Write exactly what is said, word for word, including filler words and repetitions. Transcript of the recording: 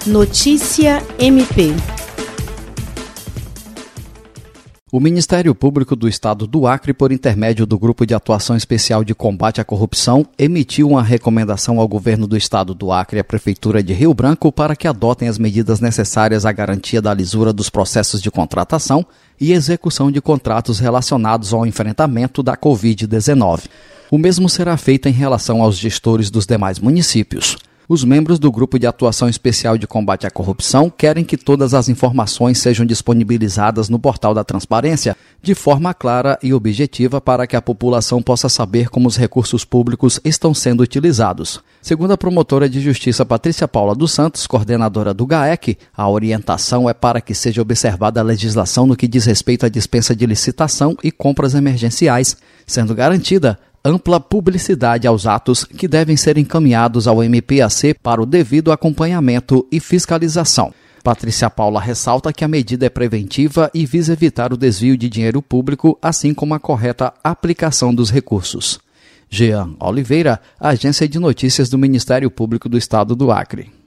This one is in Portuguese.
Notícia M P. O Ministério Público do Estado do Acre, por intermédio do Grupo de Atuação Especial de Combate à Corrupção, emitiu uma recomendação ao Governo do Estado do Acre e à Prefeitura de Rio Branco para que adotem as medidas necessárias à garantia da lisura dos processos de contratação e execução de contratos relacionados ao enfrentamento da covid dezenove. O mesmo será feito em relação aos gestores dos demais municípios. Os membros do Grupo de Atuação Especial de Combate à Corrupção querem que todas as informações sejam disponibilizadas no portal da Transparência de forma clara e objetiva para que a população possa saber como os recursos públicos estão sendo utilizados. Segundo a promotora de Justiça Patrícia Paula dos Santos, coordenadora do G A E C, a orientação é para que seja observada a legislação no que diz respeito à dispensa de licitação e compras emergenciais, sendo garantida ampla publicidade aos atos que devem ser encaminhados ao M P A C para o devido acompanhamento e fiscalização. Patrícia Paula ressalta que a medida é preventiva e visa evitar o desvio de dinheiro público, assim como a correta aplicação dos recursos. Jean Oliveira, Agência de Notícias do Ministério Público do Estado do Acre.